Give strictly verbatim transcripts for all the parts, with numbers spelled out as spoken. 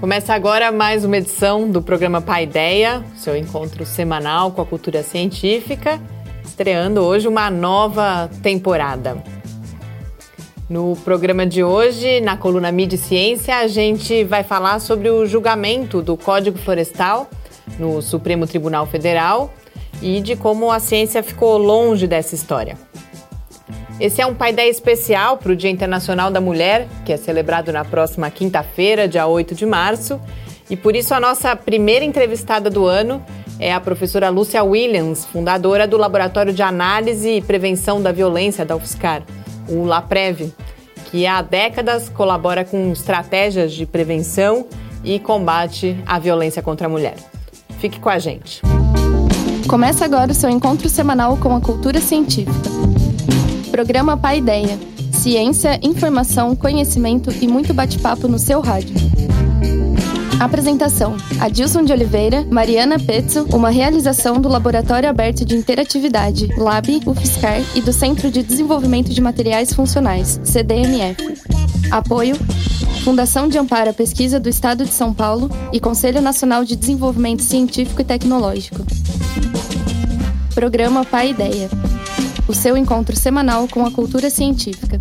Começa agora mais uma edição do programa Paideia, seu encontro semanal com a cultura científica, estreando hoje uma nova temporada. No programa de hoje, na coluna Mídia e Ciência, a gente vai falar sobre o julgamento do Código Florestal no Supremo Tribunal Federal e de como a ciência ficou longe dessa história. Esse é um Paideia especial para o Dia Internacional da Mulher, que é celebrado na próxima quinta-feira, dia oito de março. E por isso a nossa primeira entrevistada do ano é a professora Lúcia Williams, fundadora do Laboratório de Análise e Prevenção da Violência da UFSCar, o LAPREV, que há décadas colabora com estratégias de prevenção e combate à violência contra a mulher. Fique com a gente. Começa agora o seu encontro semanal com a cultura científica. Programa Paideia. Ciência, informação, conhecimento e muito bate-papo no seu rádio. Apresentação: Adilson de Oliveira, Mariana Pezzo, uma realização do Laboratório Aberto de Interatividade, Lab, UFSCar e do Centro de Desenvolvimento de Materiais Funcionais, C D M F. Apoio: Fundação de Amparo à Pesquisa do Estado de São Paulo e Conselho Nacional de Desenvolvimento Científico e Tecnológico. Programa Paideia. O seu encontro semanal com a cultura científica.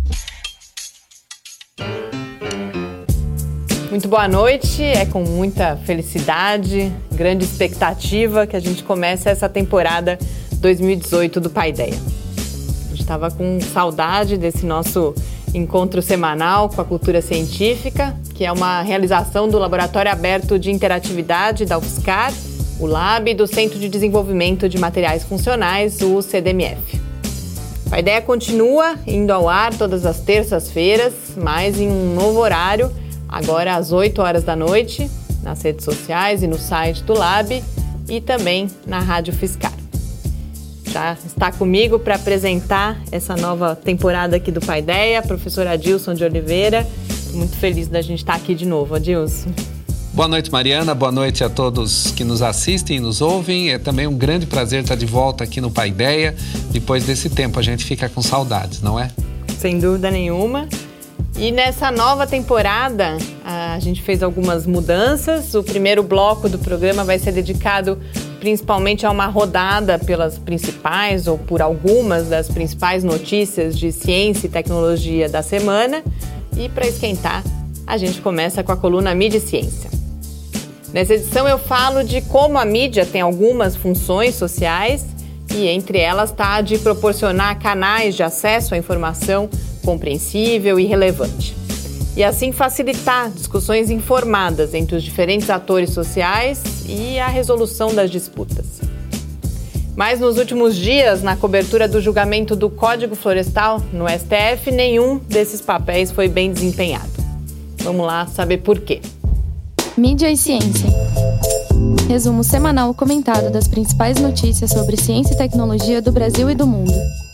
Muito boa noite, é com muita felicidade, grande expectativa que a gente começa essa temporada dois mil e dezoito do Paideia. A gente estava com saudade desse nosso encontro semanal com a cultura científica, que é uma realização do Laboratório Aberto de Interatividade da UFSCar, o Lab do Centro de Desenvolvimento de Materiais Funcionais, o C D M F. A Paideia continua indo ao ar todas as terças-feiras, mas em um novo horário, agora às oito horas da noite, nas redes sociais e no site do Lab e também na Rádio UFSCar. Já está comigo para apresentar essa nova temporada aqui do Paideia, a professora Adilson de Oliveira. Estou muito feliz da gente estar aqui de novo, Adilson. Boa noite, Mariana. Boa noite a todos que nos assistem e nos ouvem. É também um grande prazer estar de volta aqui no Paideia. Depois desse tempo, a gente fica com saudades, não é? Sem dúvida nenhuma. E nessa nova temporada, a gente fez algumas mudanças. O primeiro bloco do programa vai ser dedicado principalmente a uma rodada pelas principais ou por algumas das principais notícias de ciência e tecnologia da semana. E para esquentar, a gente começa com a coluna Mídia e Ciência. Nessa edição eu falo de como a mídia tem algumas funções sociais e entre elas está a de proporcionar canais de acesso à informação compreensível e relevante. E assim facilitar discussões informadas entre os diferentes atores sociais e a resolução das disputas. Mas nos últimos dias, na cobertura do julgamento do Código Florestal no S T F, nenhum desses papéis foi bem desempenhado. Vamos lá saber por quê. Mídia e Ciência. Resumo semanal comentado das principais notícias sobre ciência e tecnologia do Brasil e do mundo.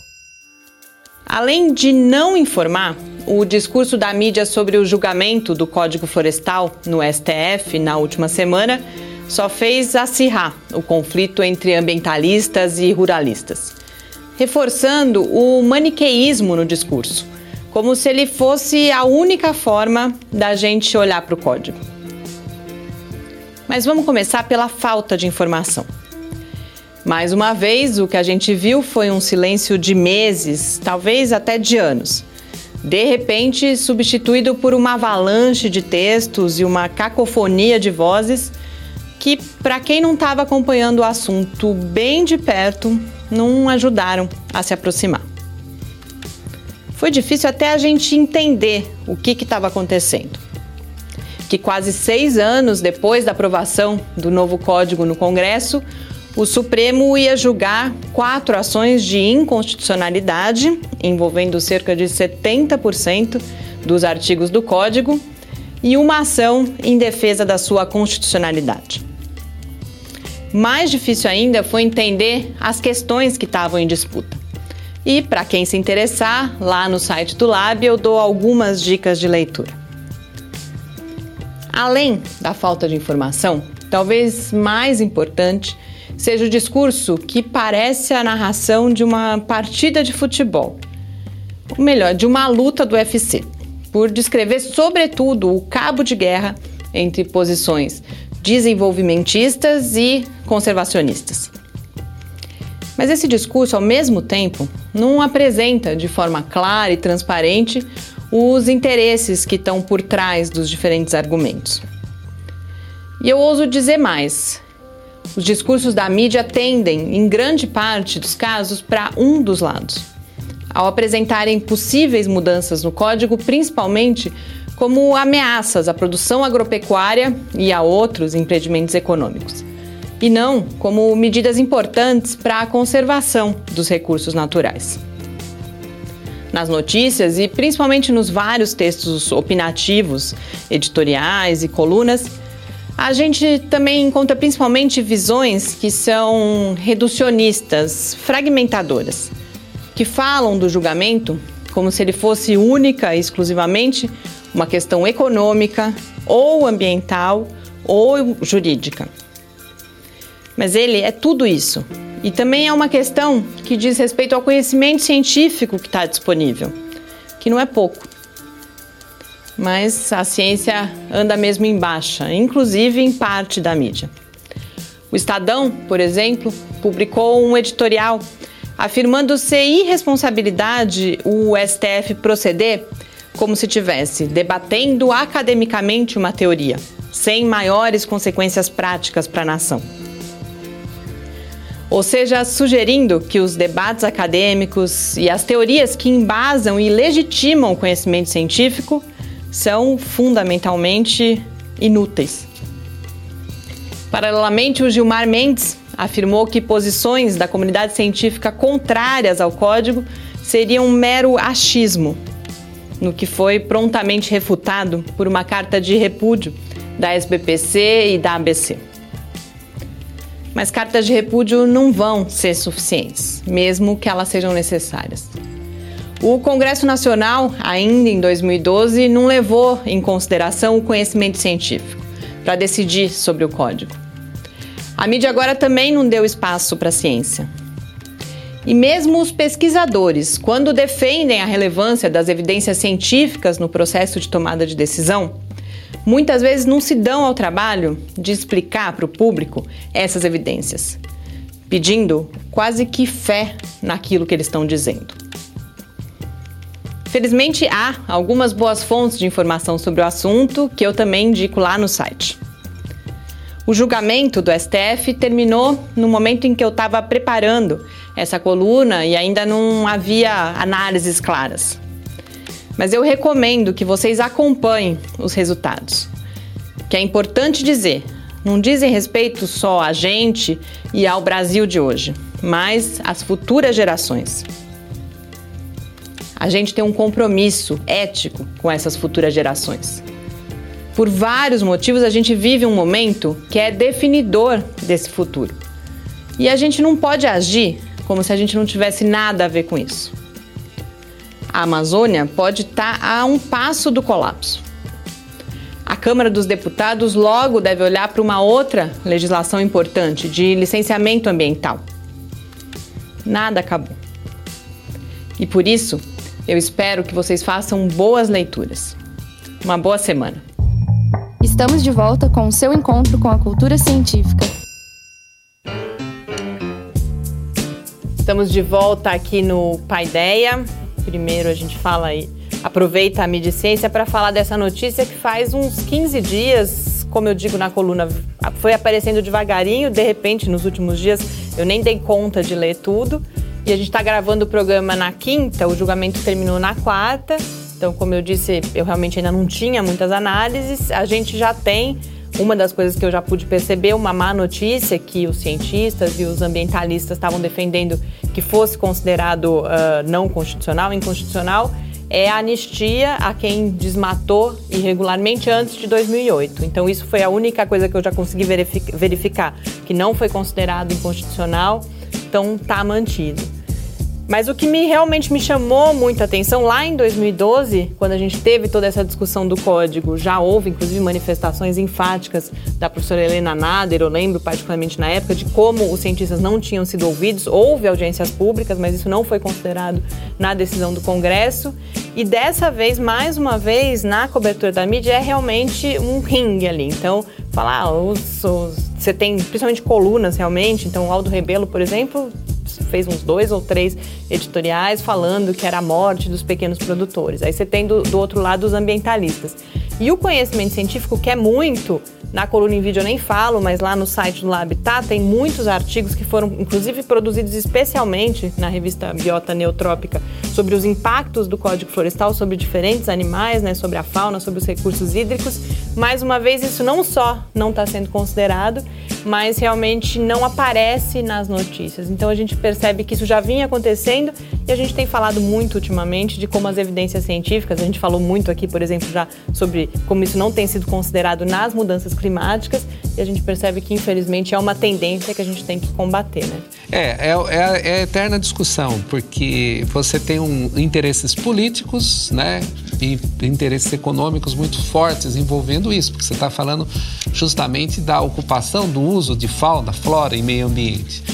Além de não informar, o discurso da mídia sobre o julgamento do Código Florestal no S T F na última semana só fez acirrar o conflito entre ambientalistas e ruralistas, reforçando o maniqueísmo no discurso, como se ele fosse a única forma da gente olhar para o código. Mas vamos começar pela falta de informação. Mais uma vez, o que a gente viu foi um silêncio de meses, talvez até de anos. De repente, substituído por uma avalanche de textos e uma cacofonia de vozes que, para quem não estava acompanhando o assunto bem de perto, não ajudaram a se aproximar. Foi difícil até a gente entender o que estava acontecendo. Que quase seis anos depois da aprovação do novo código no Congresso, o Supremo ia julgar quatro ações de inconstitucionalidade, envolvendo cerca de setenta por cento dos artigos do código, e uma ação em defesa da sua constitucionalidade. Mais difícil ainda foi entender as questões que estavam em disputa. E, para quem se interessar, lá no site do Lab eu dou algumas dicas de leitura. Além da falta de informação, talvez mais importante seja o discurso que parece a narração de uma partida de futebol, ou melhor, de uma luta do U F C, por descrever sobretudo o cabo de guerra entre posições desenvolvimentistas e conservacionistas. Mas esse discurso, ao mesmo tempo, não apresenta de forma clara e transparente os interesses que estão por trás dos diferentes argumentos. E eu ouso dizer mais. Os discursos da mídia tendem, em grande parte dos casos, para um dos lados, ao apresentarem possíveis mudanças no Código, principalmente como ameaças à produção agropecuária e a outros empreendimentos econômicos, e não como medidas importantes para a conservação dos recursos naturais. Nas notícias e principalmente nos vários textos opinativos, editoriais e colunas, a gente também encontra principalmente visões que são reducionistas, fragmentadoras, que falam do julgamento como se ele fosse única e exclusivamente uma questão econômica, ou ambiental, ou jurídica. Mas ele é tudo isso. E também é uma questão que diz respeito ao conhecimento científico que está disponível, que não é pouco. Mas a ciência anda mesmo em baixa, inclusive em parte da mídia. O Estadão, por exemplo, publicou um editorial afirmando ser irresponsabilidade o S T F proceder como se tivesse debatendo academicamente uma teoria, sem maiores consequências práticas para a nação. Ou seja, sugerindo que os debates acadêmicos e as teorias que embasam e legitimam o conhecimento científico são fundamentalmente inúteis. Paralelamente, o Gilmar Mendes afirmou que posições da comunidade científica contrárias ao Código seriam um mero achismo, no que foi prontamente refutado por uma carta de repúdio da S B P C e da A B C. Mas cartas de repúdio não vão ser suficientes, mesmo que elas sejam necessárias. O Congresso Nacional, ainda em dois mil e doze, não levou em consideração o conhecimento científico para decidir sobre o Código. A mídia agora também não deu espaço para a ciência. E mesmo os pesquisadores, quando defendem a relevância das evidências científicas no processo de tomada de decisão, muitas vezes não se dão ao trabalho de explicar para o público essas evidências, pedindo quase que fé naquilo que eles estão dizendo. Felizmente, há algumas boas fontes de informação sobre o assunto que eu também indico lá no site. O julgamento do S T F terminou no momento em que eu estava preparando essa coluna e ainda não havia análises claras. Mas eu recomendo que vocês acompanhem os resultados, que é importante dizer, não dizem respeito só a gente e ao Brasil de hoje, mas às futuras gerações. A gente tem um compromisso ético com essas futuras gerações. Por vários motivos, a gente vive um momento que é definidor desse futuro. E a gente não pode agir como se a gente não tivesse nada a ver com isso. A Amazônia pode estar a um passo do colapso. A Câmara dos Deputados logo deve olhar para uma outra legislação importante de licenciamento ambiental. Nada acabou. E por isso, eu espero que vocês façam boas leituras. Uma boa semana. Estamos de volta com o seu encontro com a cultura científica. Estamos de volta aqui no Paideia. Primeiro a gente fala aí, aproveita a mídia e ciência para falar dessa notícia que faz uns quinze dias, como eu digo na coluna, foi aparecendo devagarinho, de repente nos últimos dias eu nem dei conta de ler tudo. E a gente está gravando o programa na quinta, o julgamento terminou na quarta. Então, como eu disse, eu realmente ainda não tinha muitas análises. A gente já tem, uma das coisas que eu já pude perceber, uma má notícia que os cientistas e os ambientalistas estavam defendendo que fosse considerado uh, não constitucional, inconstitucional, é a anistia a quem desmatou irregularmente antes de dois mil e oito. Então, isso foi a única coisa que eu já consegui verific- verificar, que não foi considerado inconstitucional. Então, está mantido. Mas o que me, realmente me chamou muita atenção, lá em dois mil e doze, quando a gente teve toda essa discussão do código, já houve, inclusive, manifestações enfáticas da professora Helena Nader, eu lembro particularmente na época, de como os cientistas não tinham sido ouvidos. Houve audiências públicas, mas isso não foi considerado na decisão do Congresso. E dessa vez, mais uma vez, na cobertura da mídia, é realmente um ringue ali. Então, falar, ah, os, os, você tem principalmente colunas realmente, então o Aldo Rebelo, por exemplo, fez uns dois ou três editoriais falando que era a morte dos pequenos produtores. Aí você tem do, do outro lado os ambientalistas. E o conhecimento científico, que é muito, na coluna em vídeo eu nem falo, mas lá no site do Labitat tem muitos artigos que foram, inclusive, produzidos especialmente na revista Biota Neotrópica sobre os impactos do Código Florestal sobre diferentes animais, né, sobre a fauna, sobre os recursos hídricos. Mais uma vez, isso não só não está sendo considerado, mas realmente não aparece nas notícias. Então a gente percebe que isso já vinha acontecendo e a gente tem falado muito ultimamente de como as evidências científicas, a gente falou muito aqui, por exemplo, já sobre como isso não tem sido considerado nas mudanças climáticas, e a gente percebe que, infelizmente, é uma tendência que a gente tem que combater, né? É, é, é, é a eterna discussão, porque você tem um, interesses políticos, né, e interesses econômicos muito fortes envolvendo isso, porque você está falando justamente da ocupação do uso de fauna, flora e meio ambiente.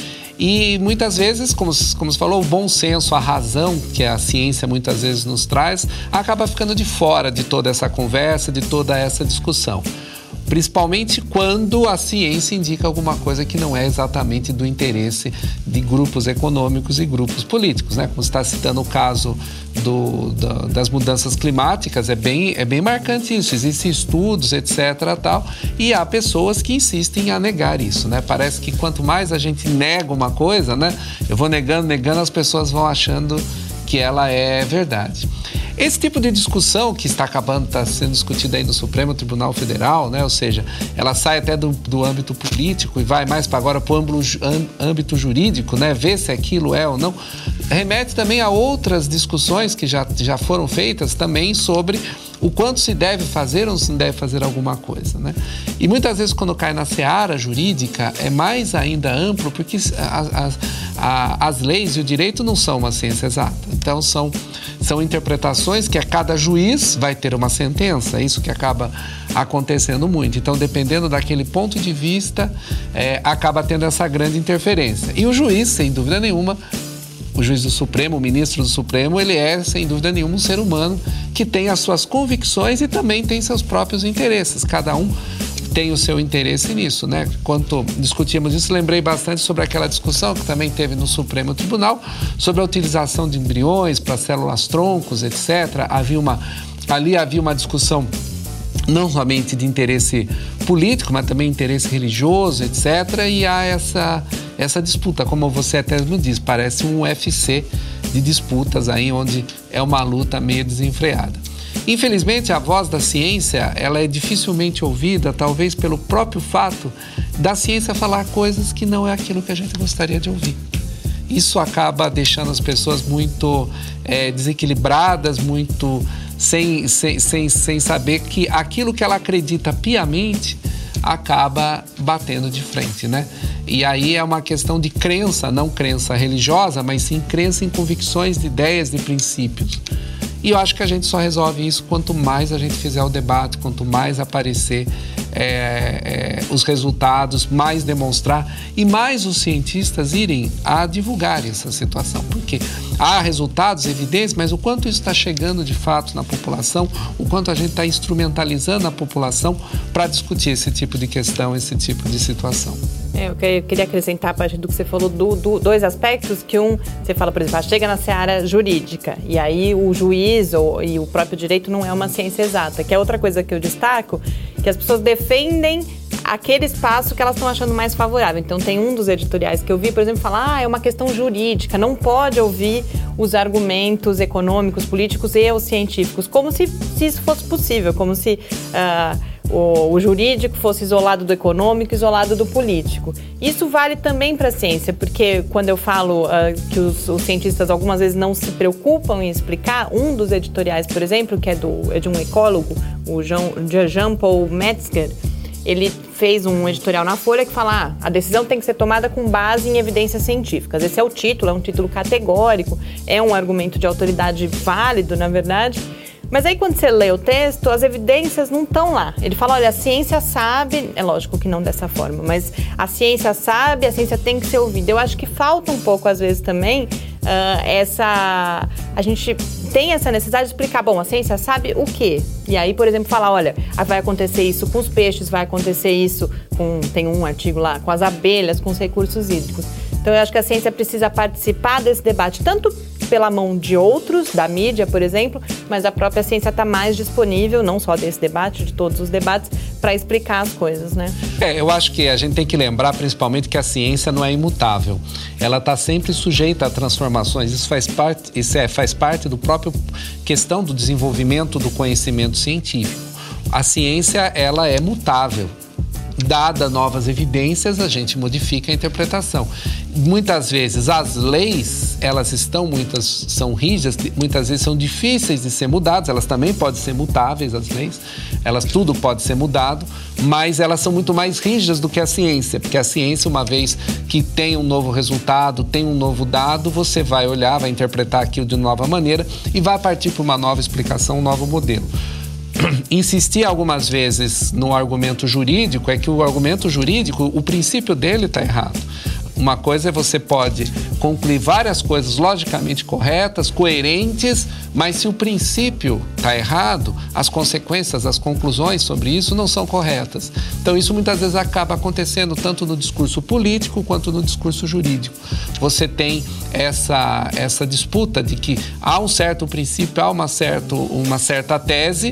E muitas vezes, como, como você falou, o bom senso, a razão que a ciência muitas vezes nos traz, acaba ficando de fora de toda essa conversa, de toda essa discussão. Principalmente quando a ciência indica alguma coisa que não é exatamente do interesse de grupos econômicos e grupos políticos, né? Como você está citando o caso do, do, das mudanças climáticas, é bem, é bem marcante isso. Existem estudos, etc, tal, e há pessoas que insistem a negar isso, né? Parece que quanto mais a gente nega uma coisa, né? Eu vou negando, negando, as pessoas vão achando que ela é verdade. Esse tipo de discussão que está acabando, está sendo discutida aí no Supremo Tribunal Federal, né? Ou seja, ela sai até do, do âmbito político e vai mais para agora para o âmbito jurídico, né? Ver se aquilo é ou não. Remete também a outras discussões que já, já foram feitas também sobre o quanto se deve fazer ou se não deve fazer alguma coisa, né? E muitas vezes quando cai na seara jurídica é mais ainda amplo, porque as, as, as leis e o direito não são uma ciência exata. Então são, são interpretações que a cada juiz vai ter uma sentença, é isso que acaba acontecendo muito. Então, dependendo daquele ponto de vista, é, acaba tendo essa grande interferência. E o juiz, sem dúvida nenhuma, o juiz do Supremo, o ministro do Supremo, ele é, sem dúvida nenhuma, um ser humano que tem as suas convicções e também tem seus próprios interesses. Cada um tem o seu interesse nisso, né? Quando discutimos isso, lembrei bastante sobre aquela discussão que também teve no Supremo Tribunal sobre a utilização de embriões para células-troncos, etcétera. Havia uma, ali havia uma discussão não somente de interesse político, mas também interesse religioso, etcétera. E há essa, essa disputa, como você até me diz, parece um U F C de disputas aí, onde é uma luta meio desenfreada. Infelizmente, a voz da ciência, ela é dificilmente ouvida, talvez pelo próprio fato da ciência falar coisas que não é aquilo que a gente gostaria de ouvir. Isso acaba deixando as pessoas muito é, desequilibradas, muito sem, sem, sem, sem saber que aquilo que ela acredita piamente acaba batendo de frente, né? E aí é uma questão de crença, não crença religiosa, mas sim crença em convicções, de ideias, de princípios. E eu acho que a gente só resolve isso quanto mais a gente fizer o debate, quanto mais aparecer é, é, os resultados, mais demonstrar e mais os cientistas irem a divulgar essa situação. Porque há resultados, evidências, mas o quanto isso está chegando de fato na população, o quanto a gente está instrumentalizando a população para discutir esse tipo de questão, esse tipo de situação. É, eu queria acrescentar a partir do que você falou, do, do, dois aspectos, que um, você fala, por exemplo, chega na seara jurídica, e aí o juiz ou, e o próprio direito não é uma ciência exata, que é outra coisa que eu destaco, que as pessoas defendem aquele espaço que elas estão achando mais favorável. Então tem um dos editoriais que eu vi, por exemplo, falar, ah, é uma questão jurídica, não pode ouvir os argumentos econômicos, políticos e os científicos, como se, se isso fosse possível, como se... Uh, O, o jurídico fosse isolado do econômico, isolado do político. Isso vale também para a ciência, porque quando eu falo uh, que os, os cientistas algumas vezes não se preocupam em explicar, um dos editoriais, por exemplo, que é, do, é de um ecólogo, o Jean-Paul Metzger, ele fez um editorial na Folha que fala ah, a decisão tem que ser tomada com base em evidências científicas. Esse é o título, é um título categórico, é um argumento de autoridade válido, na verdade. Mas aí quando você lê o texto, as evidências não estão lá. Ele fala, olha, a ciência sabe, é lógico que não dessa forma, mas a ciência sabe, a ciência tem que ser ouvida. Eu acho que falta um pouco, às vezes, também, uh, essa... A gente tem essa necessidade de explicar, bom, a ciência sabe o quê? E aí, por exemplo, falar, olha, vai acontecer isso com os peixes, vai acontecer isso com... Tem um artigo lá, com as abelhas, com os recursos hídricos. Então, eu acho que a ciência precisa participar desse debate, tanto pela mão de outros, da mídia, por exemplo, mas a própria ciência está mais disponível, não só desse debate, de todos os debates, para explicar as coisas, né? É, eu acho que a gente tem que lembrar, principalmente, que a ciência não é imutável. Ela está sempre sujeita a transformações. Isso faz parte, isso é, faz parte do próprio questão do desenvolvimento do conhecimento científico. A ciência, ela é mutável. Dada novas evidências, a gente modifica a interpretação. Muitas vezes as leis, elas estão, muitas são rígidas, muitas vezes são difíceis de ser mudadas, elas também podem ser mutáveis, as leis, elas tudo pode ser mudado, mas elas são muito mais rígidas do que a ciência, porque a ciência, uma vez que tem um novo resultado, tem um novo dado, você vai olhar, vai interpretar aquilo de nova maneira e vai partir para uma nova explicação, um novo modelo. Insistir algumas vezes no argumento jurídico é que o argumento jurídico, o princípio dele está errado. Uma coisa é você pode concluir várias coisas logicamente corretas, coerentes, mas se o princípio está errado, as consequências, as conclusões sobre isso não são corretas. Então isso muitas vezes acaba acontecendo tanto no discurso político quanto no discurso jurídico. Você tem essa, essa disputa de que há um certo princípio, há uma, certo, uma certa tese,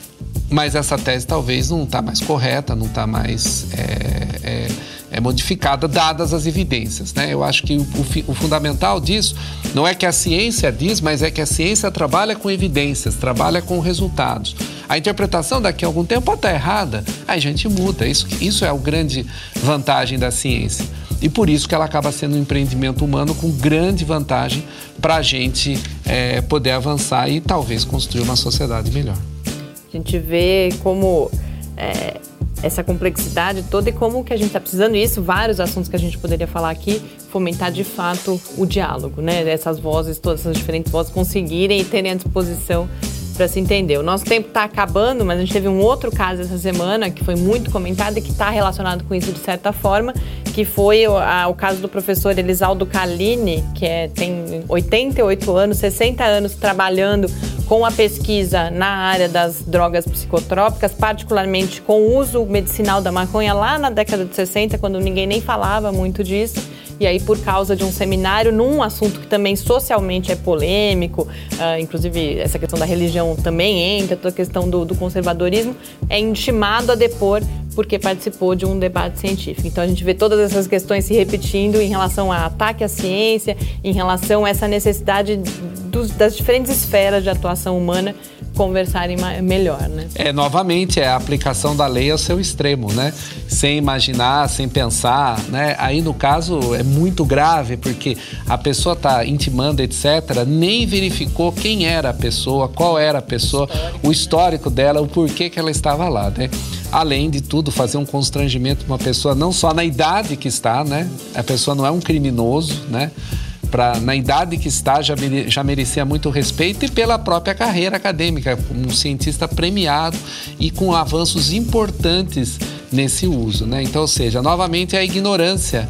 mas essa tese talvez não está mais correta, não está mais é, é, é modificada, dadas as evidências, né? Eu acho que o, o, o fundamental disso não é que a ciência diz, mas é que a ciência trabalha com evidências, trabalha com resultados. A interpretação daqui a algum tempo pode estar errada, aí a gente muda. Isso, isso é a grande vantagem da ciência. E por isso que ela acaba sendo um empreendimento humano com grande vantagem para a gente é, poder avançar e talvez construir uma sociedade melhor. A gente vê como é, essa complexidade toda e como que a gente está precisando, isso, vários assuntos que a gente poderia falar aqui, fomentar de fato o diálogo, né? Essas vozes, todas essas diferentes vozes conseguirem e terem à disposição para se entender. O nosso tempo está acabando, mas a gente teve um outro caso essa semana que foi muito comentado e que está relacionado com isso de certa forma, que foi o, a, o caso do professor Elisaldo Calini, que é, tem oitenta e oito anos, sessenta anos trabalhando com a pesquisa na área das drogas psicotrópicas, particularmente com o uso medicinal da maconha lá na década de sessenta, quando ninguém nem falava muito disso. E aí, por causa de um seminário, num assunto que também socialmente é polêmico, uh, inclusive essa questão da religião também entra, toda a questão do, do conservadorismo, é intimado a depor porque participou de um debate científico. Então, a gente vê todas essas questões se repetindo em relação a ataque à ciência, em relação a essa necessidade dos, das diferentes esferas de atuação humana conversarem melhor, né? É, novamente, é a aplicação da lei ao seu extremo, né? Sem imaginar, sem pensar, né? Aí, no caso, é muito grave, porque a pessoa está intimando, etcétera, nem verificou quem era a pessoa, qual era a pessoa, o histórico dela, o porquê que ela estava lá, né? Além de tudo, fazer um constrangimento para uma pessoa, não só na idade que está, né? A pessoa não é um criminoso, né? Pra, na idade que está, já, mere, já merecia muito respeito e pela própria carreira acadêmica, como um cientista premiado e com avanços importantes nesse uso, né? Então, ou seja, novamente a ignorância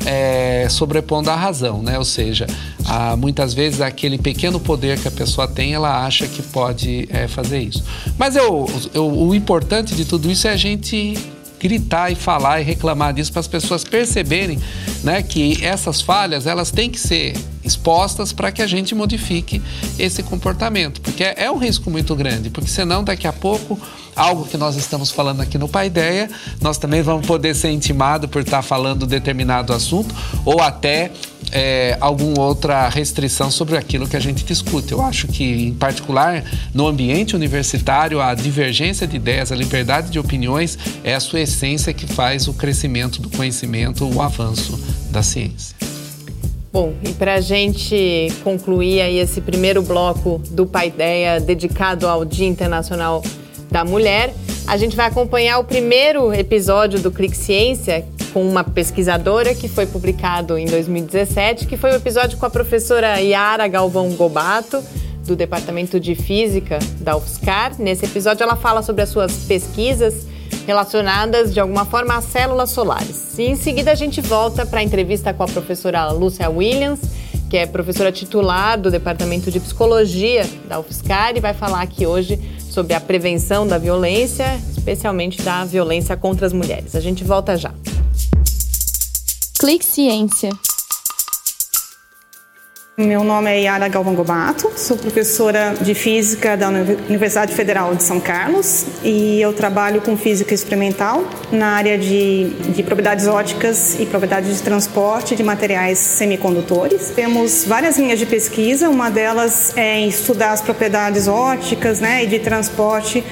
é, sobrepondo a razão, né? Ou seja, há, muitas vezes aquele pequeno poder que a pessoa tem, ela acha que pode é, fazer isso. Mas eu, eu, o importante de tudo isso é a gente gritar e falar e reclamar disso para as pessoas perceberem, né, que essas falhas elas têm que ser expostas para que a gente modifique esse comportamento, porque é, é um risco muito grande, porque senão daqui a pouco algo que nós estamos falando aqui no Paideia, nós também vamos poder ser intimados por estar falando determinado assunto ou até é, alguma outra restrição sobre aquilo que a gente discute. Eu acho que, em particular, no ambiente universitário, a divergência de ideias, a liberdade de opiniões é a sua essência que faz o crescimento do conhecimento, o avanço da ciência. Bom, e para a gente concluir aí esse primeiro bloco do Paideia dedicado ao Dia Internacional da Mulher, A gente vai acompanhar o primeiro episódio do Clique Ciência com uma pesquisadora que foi publicado em dois mil e dezessete, que foi o episódio com a professora Yara Galvão Gobato, do Departamento de Física da U F S C ar. Nesse episódio ela fala sobre as suas pesquisas relacionadas de alguma forma às células solares. E em seguida a gente volta para a entrevista com a professora Lúcia Williams, que é professora titular do Departamento de Psicologia da U F S C ar e vai falar aqui hoje sobre a prevenção da violência, especialmente da violência contra as mulheres. A gente volta já. Clique Ciência. Meu nome é Yara Galvão Gobato, sou professora de Física da Universidade Federal de São Carlos e eu trabalho com Física Experimental na área de, de propriedades ópticas e propriedades de transporte de materiais semicondutores. Temos várias linhas de pesquisa, uma delas é estudar as propriedades ópticas, né, e de transporte,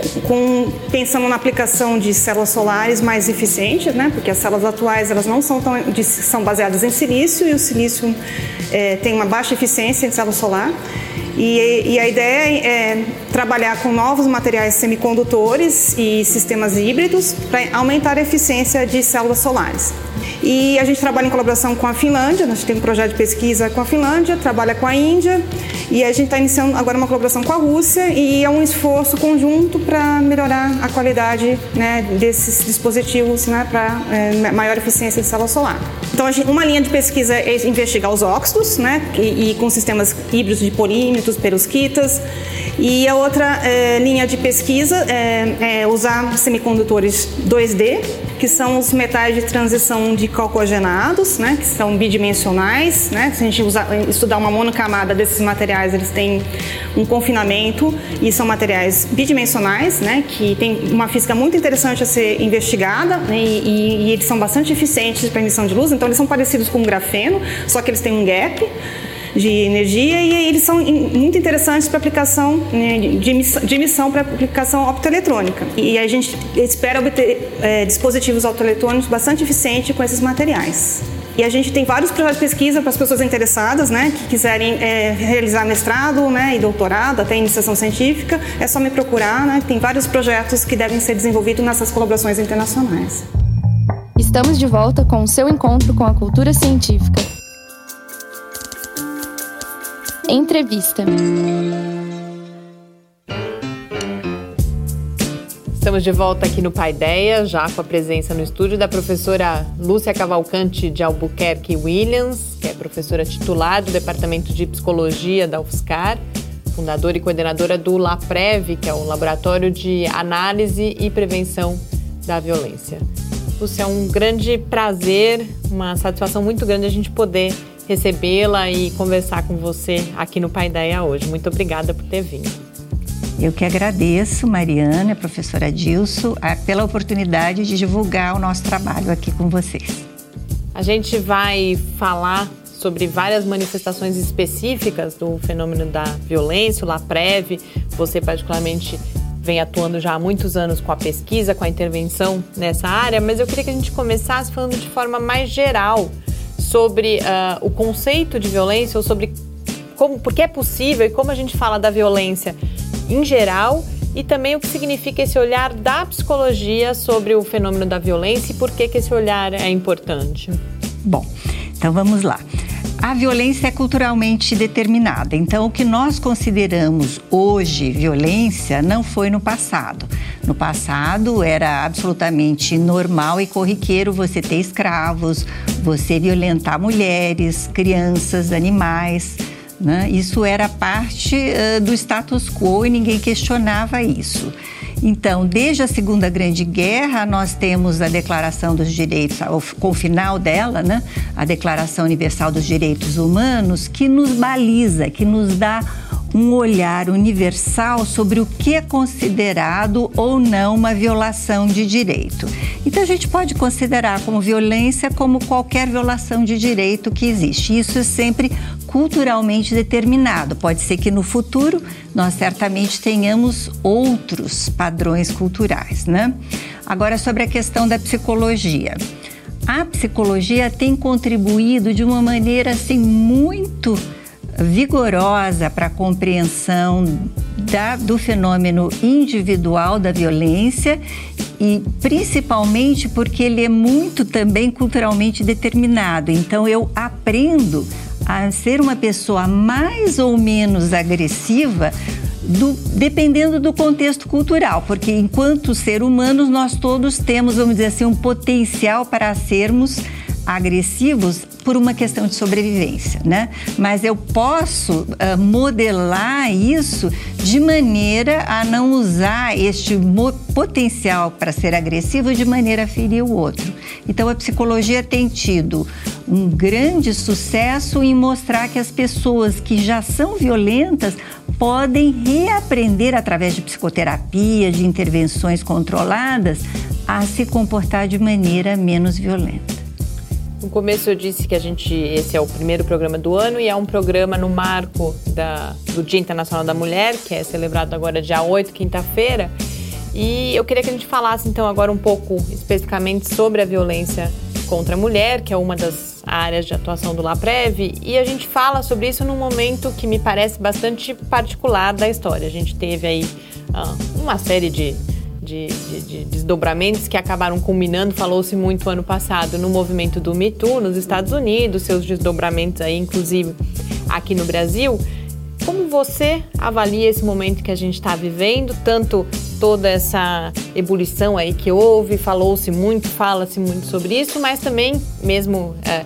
com, pensando na aplicação de células solares mais eficientes, né, porque as células atuais elas não são, tão, são baseadas em silício e o silício é, tem uma baixa eficiência em célula solar e, e a ideia é trabalhar com novos materiais semicondutores e sistemas híbridos para aumentar a eficiência de células solares. E a gente trabalha em colaboração com a Finlândia, a gente tem um projeto de pesquisa com a Finlândia, trabalha com a Índia e a gente está iniciando agora uma colaboração com a Rússia e é um esforço conjunto para melhorar a qualidade, né, desses dispositivos, né, para é, maior eficiência de célula solar. Então, a gente, uma linha de pesquisa é investigar os óxidos, né, e, e com sistemas híbridos de polímetros, perovskitas, e a outra é, linha de pesquisa é, é usar semicondutores dois D, que são os metais de transição de calcogenados, né, que são bidimensionais, né? Se a gente usar, estudar uma monocamada desses materiais, eles têm um confinamento e são materiais bidimensionais, né, que tem uma física muito interessante a ser investigada, né, e, e, e eles são bastante eficientes para emissão de luz, então eles são parecidos com o grafeno, só que eles têm um gap de energia e eles são muito interessantes para aplicação, né, de emissão, de emissão para aplicação optoeletrônica. E a gente espera obter é, dispositivos optoeletrônicos bastante eficientes com esses materiais. E a gente tem vários projetos de pesquisa para as pessoas interessadas, né, que quiserem é, realizar mestrado, né, e doutorado, até iniciação científica, é só me procurar, né, tem vários projetos que devem ser desenvolvidos nessas colaborações internacionais. Estamos de volta com o seu encontro com a cultura científica. Entrevista. Estamos de volta aqui no Paideia, já com a presença no estúdio da professora Lúcia Cavalcante de Albuquerque Williams, que é professora titular do Departamento de Psicologia da U F S C ar, fundadora e coordenadora do LAPREV, que é o Laboratório de Análise e Prevenção da Violência. Lúcia, é um grande prazer, uma satisfação muito grande a gente poder recebê-la e conversar com você aqui no Paideia hoje. Muito obrigada por ter vindo. Eu que agradeço, Mariana, professora Dilso, pela oportunidade de divulgar o nosso trabalho aqui com vocês. A gente vai falar sobre várias manifestações específicas do fenômeno da violência, o LAPREV. Você particularmente vem atuando já há muitos anos com a pesquisa, com a intervenção nessa área, mas eu queria que a gente começasse falando de forma mais geral sobre uh, o conceito de violência, ou sobre como, por que é possível e como a gente fala da violência em geral e também o que significa esse olhar da psicologia sobre o fenômeno da violência e por que, que esse olhar é importante. Bom, então vamos lá. A violência é culturalmente determinada, então o que nós consideramos hoje violência não foi no passado. No passado era absolutamente normal e corriqueiro você ter escravos, você violentar mulheres, crianças, animais, né? Isso era parte uh, do status quo e ninguém questionava isso. Então, desde a Segunda Grande Guerra, nós temos a Declaração dos Direitos, com o final dela, né? A Declaração Universal dos Direitos Humanos, que nos baliza, que nos dá um olhar universal sobre o que é considerado ou não uma violação de direito. Então, a gente pode considerar como violência como qualquer violação de direito que existe. Isso é sempre culturalmente determinado. Pode ser que no futuro nós certamente tenhamos outros padrões culturais, né? Agora, sobre a questão da psicologia. A psicologia tem contribuído de uma maneira assim muito vigorosa para a compreensão da, do fenômeno individual da violência e principalmente porque ele é muito também culturalmente determinado. Então eu aprendo a ser uma pessoa mais ou menos agressiva do, dependendo do contexto cultural, porque enquanto ser humanos nós todos temos, vamos dizer assim, um potencial para sermos agressivos por uma questão de sobrevivência, né? Mas eu posso uh, modelar isso de maneira a não usar este potencial para ser agressivo de maneira a ferir o outro. Então a psicologia tem tido um grande sucesso em mostrar que as pessoas que já são violentas podem reaprender através de psicoterapia, de intervenções controladas, a se comportar de maneira menos violenta. No começo eu disse que a gente, esse é o primeiro programa do ano e é um programa no marco da, do Dia Internacional da Mulher, que é celebrado agora dia oito, quinta-feira. E eu queria que a gente falasse então agora um pouco especificamente sobre a violência contra a mulher, que é uma das áreas de atuação do LAPREV, e a gente fala sobre isso num momento que me parece bastante particular da história. A gente teve aí uh, uma série de De, de, de desdobramentos que acabaram culminando, falou-se muito ano passado, no movimento do Me Too nos Estados Unidos, seus desdobramentos aí, inclusive aqui no Brasil. Como você avalia esse momento que a gente está vivendo, tanto toda essa ebulição aí que houve, falou-se muito, fala-se muito sobre isso, mas também, mesmo é,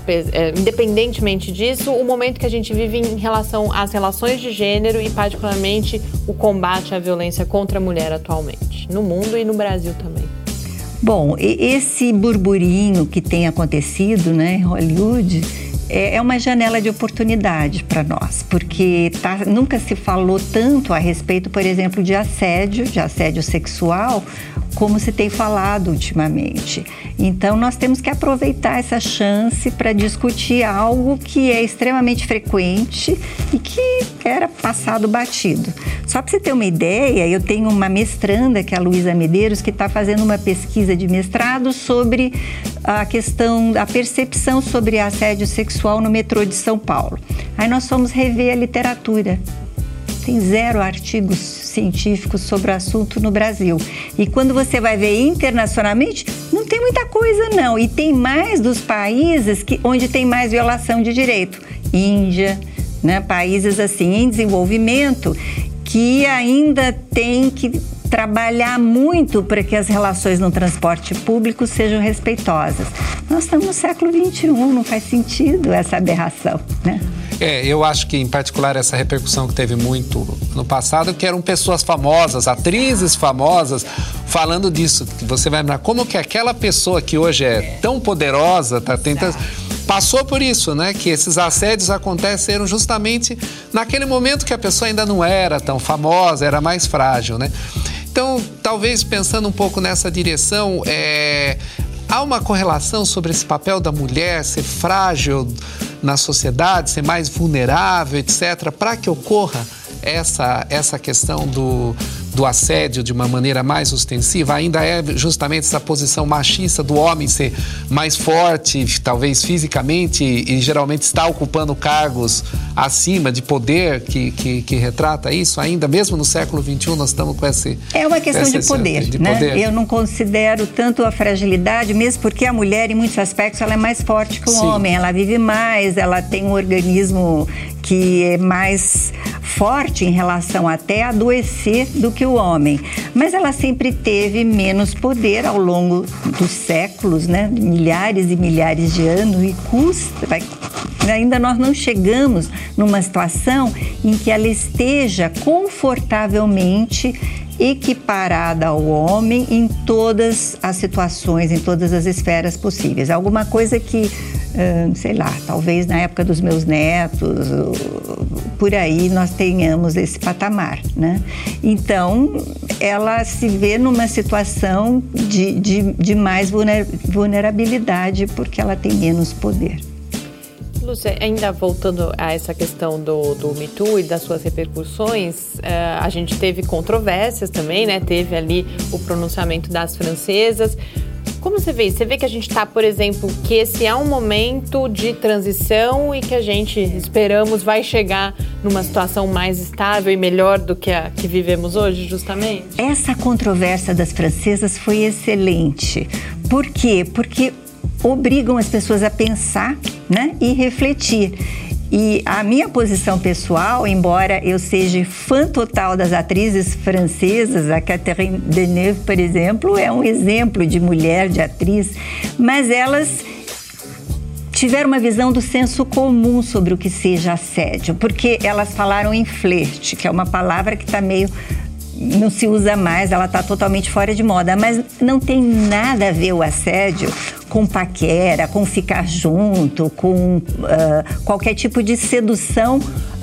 é, independentemente disso, o momento que a gente vive em relação às relações de gênero e particularmente o combate à violência contra a mulher atualmente, no mundo e no Brasil também. Bom, esse burburinho que tem acontecido, né, em Hollywood, é uma janela de oportunidade para nós, porque tá, nunca se falou tanto a respeito, por exemplo, de assédio, de assédio sexual, como se tem falado ultimamente. Então, nós temos que aproveitar essa chance para discutir algo que é extremamente frequente e que era passado batido. Só para você ter uma ideia, eu tenho uma mestranda, que é a Luísa Medeiros, que está fazendo uma pesquisa de mestrado sobre a questão, a percepção sobre assédio sexual no metrô de São Paulo. Aí nós fomos rever a literatura. Tem zero artigos científicos sobre o assunto no Brasil. E quando você vai ver internacionalmente, não tem muita coisa não. E tem mais dos países que, onde tem mais violação de direito. Índia, né? Países assim em desenvolvimento que ainda tem que trabalhar muito para que as relações no transporte público sejam respeitosas. Nós estamos no século vinte e um, não faz sentido essa aberração, né? É, eu acho que, em particular, essa repercussão que teve muito no passado, que eram pessoas famosas, atrizes famosas, falando disso, que você vai lembrar como que aquela pessoa que hoje é tão poderosa, tá tentando, passou por isso, né? Que esses assédios aconteceram justamente naquele momento que a pessoa ainda não era tão famosa, era mais frágil, né? Então, talvez pensando um pouco nessa direção, é, há uma correlação sobre esse papel da mulher ser frágil na sociedade, ser mais vulnerável, etcétera, para que ocorra essa, essa questão do, do assédio de uma maneira mais ostensiva? Ainda é justamente essa posição machista do homem ser mais forte, talvez fisicamente, e geralmente está ocupando cargos acima de poder que, que, que retrata isso? Ainda, mesmo no século vinte e um, nós estamos com esse... É uma questão esse, de poder, de né? poder. Eu não considero tanto a fragilidade, mesmo porque a mulher, em muitos aspectos, ela é mais forte que o Sim. homem. Ela vive mais, ela tem um organismo que é mais forte em relação até a adoecer do que o homem. Mas ela sempre teve menos poder ao longo dos séculos, né? Milhares e milhares de anos, e custa... Vai, ainda nós não chegamos numa situação em que ela esteja confortavelmente equiparada ao homem em todas as situações, em todas as esferas possíveis. Alguma coisa que, sei lá, talvez na época dos meus netos, por aí nós tenhamos esse patamar, né? Então, ela se vê numa situação de, de, de mais vulnerabilidade porque ela tem menos poder. Lúcia, ainda voltando a essa questão do, do Me Too e das suas repercussões, uh, a gente teve controvérsias também, né? Teve ali o pronunciamento das francesas. Como você vê isso? Você vê que a gente está, por exemplo, que esse é um momento de transição e que a gente, esperamos, vai chegar numa situação mais estável e melhor do que a que vivemos hoje, justamente? Essa controvérsia das francesas foi excelente. Por quê? Porque obrigam as pessoas a pensar, né, e refletir. E a minha posição pessoal, embora eu seja fã total das atrizes francesas, a Catherine Deneuve, por exemplo, é um exemplo de mulher, de atriz, mas elas tiveram uma visão do senso comum sobre o que seja assédio, porque elas falaram em flerte, que é uma palavra que está meio... não se usa mais, ela está totalmente fora de moda, mas não tem nada a ver o assédio com paquera, com ficar junto, com uh, qualquer tipo de sedução uh,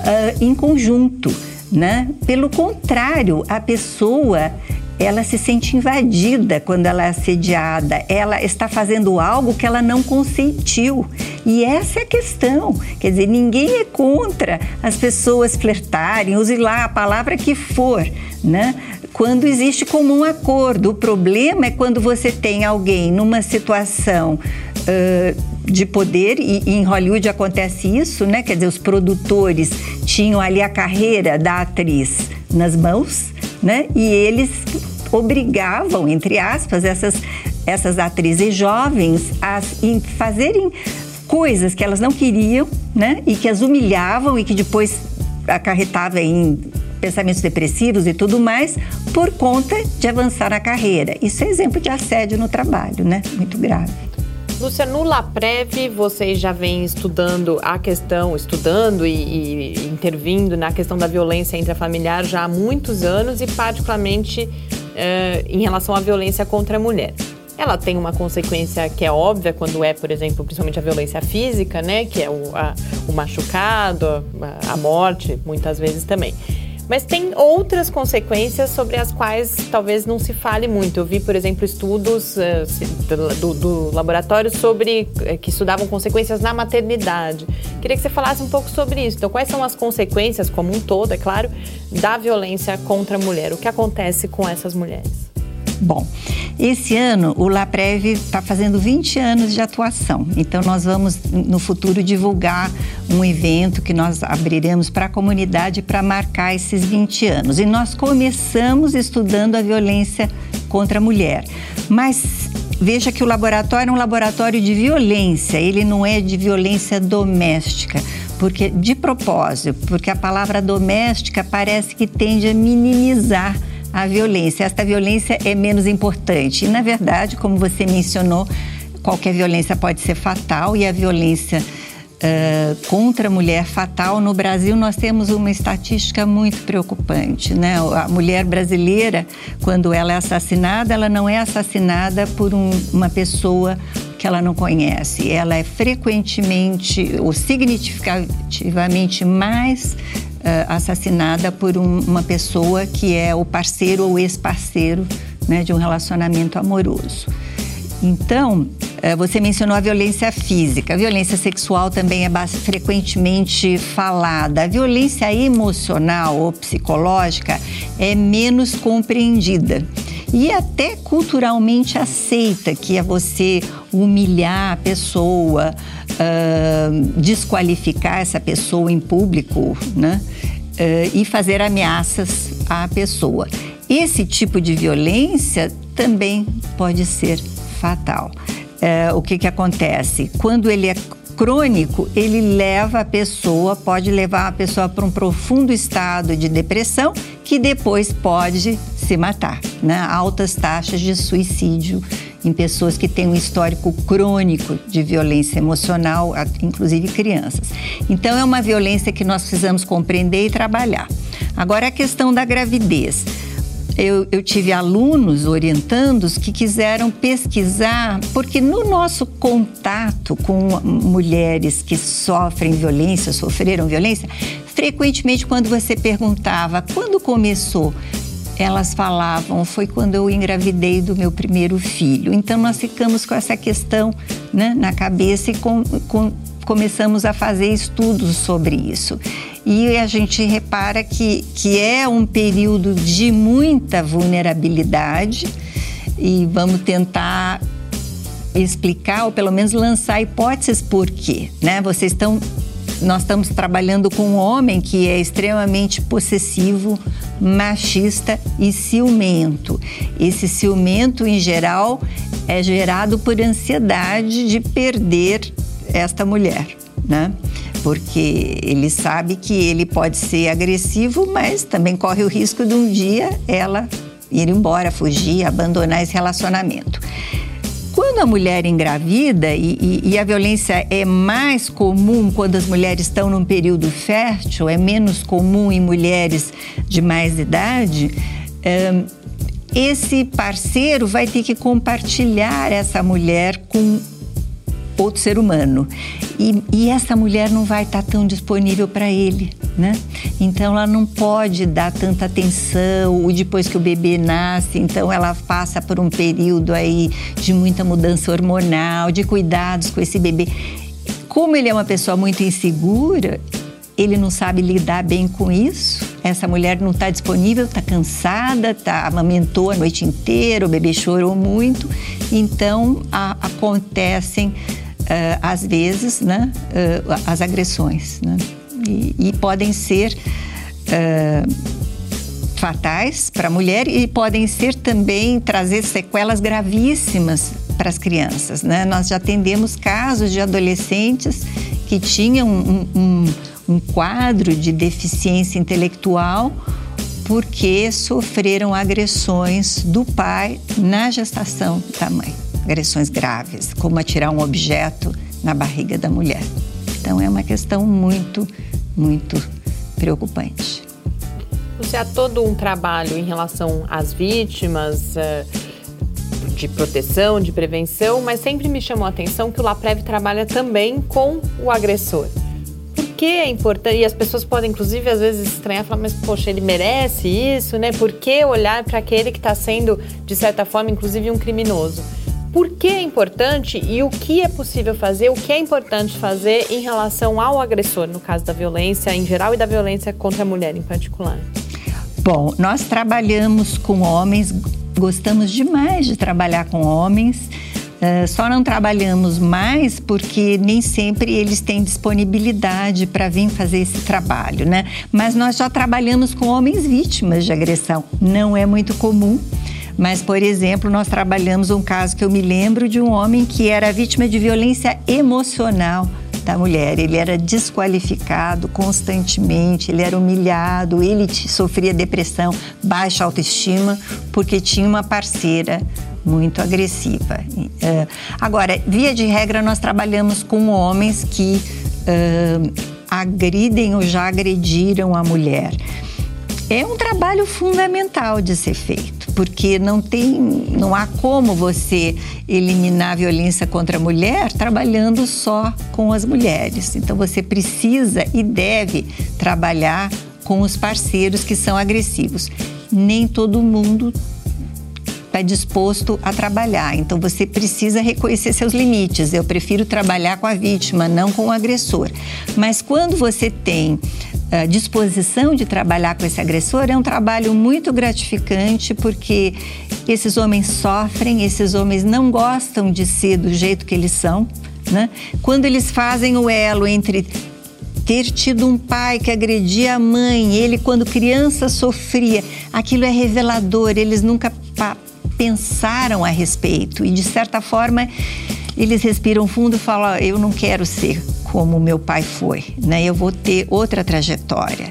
em conjunto, né? Pelo contrário, a pessoa, ela se sente invadida quando ela é assediada, ela está fazendo algo que ela não consentiu. E essa é a questão, quer dizer, ninguém é contra as pessoas flertarem, use lá a palavra que for, né? Quando existe comum acordo. O problema é quando você tem alguém numa situação uh, de poder, e, e em Hollywood acontece isso, né? Quer dizer, os produtores tinham ali a carreira da atriz nas mãos, né? E eles obrigavam, entre aspas, essas, essas atrizes jovens a fazerem coisas que elas não queriam, né? E que as humilhavam e que depois acarretava em pensamentos depressivos e tudo mais, por conta de avançar na carreira. Isso é exemplo de assédio no trabalho, né? Muito grave. Lúcia, no LAPREV, vocês já vêm estudando a questão, estudando e, e intervindo na questão da violência intrafamiliar já há muitos anos e particularmente eh, em relação à violência contra a mulher. Ela tem uma consequência que é óbvia quando é, por exemplo, principalmente a violência física, né? Que é o, a, o machucado, a, a morte, muitas vezes também. Mas tem outras consequências sobre as quais talvez não se fale muito. Eu vi, por exemplo, estudos uh, do, do laboratório sobre uh, que estudavam consequências na maternidade. Queria que você falasse um pouco sobre isso. Então, quais são as consequências, como um todo, é claro, da violência contra a mulher? O que acontece com essas mulheres? Bom, esse ano o LAPREV está fazendo vinte anos de atuação, então nós vamos no futuro divulgar um evento que nós abriremos para a comunidade para marcar esses vinte anos. E nós começamos estudando a violência contra a mulher, mas veja que o laboratório é um laboratório de violência, ele não é de violência doméstica. Porque, de propósito, porque a palavra doméstica parece que tende a minimizar a violência. Esta violência é menos importante. E, na verdade, como você mencionou, qualquer violência pode ser fatal e a violência uh, contra a mulher fatal, no Brasil, nós temos uma estatística muito preocupante, né? A mulher brasileira, quando ela é assassinada, ela não é assassinada por um, uma pessoa que ela não conhece. Ela é frequentemente ou significativamente mais Uh, assassinada por um, uma pessoa que é o parceiro ou ex-parceiro, né, de um relacionamento amoroso. Então, uh, você mencionou a violência física. A violência sexual também é bastante frequentemente falada. A violência emocional ou psicológica é menos compreendida e até culturalmente aceita, que é você humilhar a pessoa, uh, desqualificar essa pessoa em público, né? Uh, e fazer ameaças à pessoa. Esse tipo de violência também pode ser fatal. Uh, o que que acontece? Quando ele é crônico, ele leva a pessoa, pode levar a pessoa para um profundo estado de depressão que depois pode se matar, né? Altas taxas de suicídio em pessoas que têm um histórico crônico de violência emocional, inclusive crianças. Então, é uma violência que nós precisamos compreender e trabalhar. Agora, a questão da gravidez. Eu, eu tive alunos orientandos que quiseram pesquisar, porque no nosso contato com mulheres que sofrem violência, sofreram violência, frequentemente quando você perguntava quando começou, elas falavam, foi quando eu engravidei do meu primeiro filho. Então nós ficamos com essa questão, né, na cabeça e com, com, começamos a fazer estudos sobre isso. E a gente repara que, que é um período de muita vulnerabilidade e vamos tentar explicar ou pelo menos lançar hipóteses por quê, né? Vocês estão, nós estamos trabalhando com um homem que é extremamente possessivo, machista e ciumento. Esse ciumento, em geral, é gerado por ansiedade de perder esta mulher, né? Porque ele sabe que ele pode ser agressivo, mas também corre o risco de um dia ela ir embora, fugir, abandonar esse relacionamento. Quando a mulher engravida, e, e, e a violência é mais comum quando as mulheres estão num período fértil, é menos comum em mulheres de mais idade, é, esse parceiro vai ter que compartilhar essa mulher com outro ser humano. E, e essa mulher não vai estar tão disponível para ele, né? Então ela não pode dar tanta atenção, depois que o bebê nasce, então ela passa por um período aí de muita mudança hormonal, de cuidados com esse bebê. Como ele é uma pessoa muito insegura, ele não sabe lidar bem com isso. Essa mulher não está disponível, está cansada, tá, amamentou a noite inteira, o bebê chorou muito, então a, acontecem Uh, às vezes, né, uh, as agressões, né? e, e podem ser uh, fatais para a mulher e podem ser também trazer sequelas gravíssimas para as crianças, né? Nós já atendemos casos de adolescentes que tinham um, um, um quadro de deficiência intelectual porque sofreram agressões do pai na gestação da mãe. Agressões graves, como atirar um objeto na barriga da mulher. Então é uma questão muito, muito preocupante. Você há todo um trabalho em relação às vítimas, de proteção, de prevenção, mas sempre me chamou a atenção que o LAPREV trabalha também com o agressor. Por que é importante? E as pessoas podem, inclusive, às vezes estranhar e falar, mas, poxa, ele merece isso, né? Por que olhar para aquele que está sendo, de certa forma, inclusive um criminoso? Por que é importante e o que é possível fazer, o que é importante fazer em relação ao agressor, no caso da violência em geral e da violência contra a mulher em particular? Bom, nós trabalhamos com homens, gostamos demais de trabalhar com homens, uh, só não trabalhamos mais porque nem sempre eles têm disponibilidade para vir fazer esse trabalho, né? Mas nós já trabalhamos com homens vítimas de agressão, não é muito comum. Mas, por exemplo, nós trabalhamos um caso que eu me lembro de um homem que era vítima de violência emocional da mulher. Ele era desqualificado constantemente, ele era humilhado, ele sofria depressão, baixa autoestima, porque tinha uma parceira muito agressiva. Agora, via de regra, nós trabalhamos com homens que uh, agridem ou já agrediram a mulher. É um trabalho fundamental de ser feito, porque não tem, não há como você eliminar a violência contra a mulher trabalhando só com as mulheres. Então você precisa e deve trabalhar com os parceiros que são agressivos. Nem todo mundo está disposto a trabalhar, então você precisa reconhecer seus limites. Eu prefiro trabalhar com a vítima, não com o agressor. Mas quando você tem a disposição de trabalhar com esse agressor, é um trabalho muito gratificante, porque esses homens sofrem, esses homens não gostam de ser do jeito que eles são, né? Quando eles fazem o elo entre ter tido um pai que agredia a mãe, ele quando criança sofria, aquilo é revelador, eles nunca pa- pensaram a respeito e de certa forma eles respiram fundo e falam, eu não quero ser como meu pai foi, né? Eu vou ter outra trajetória.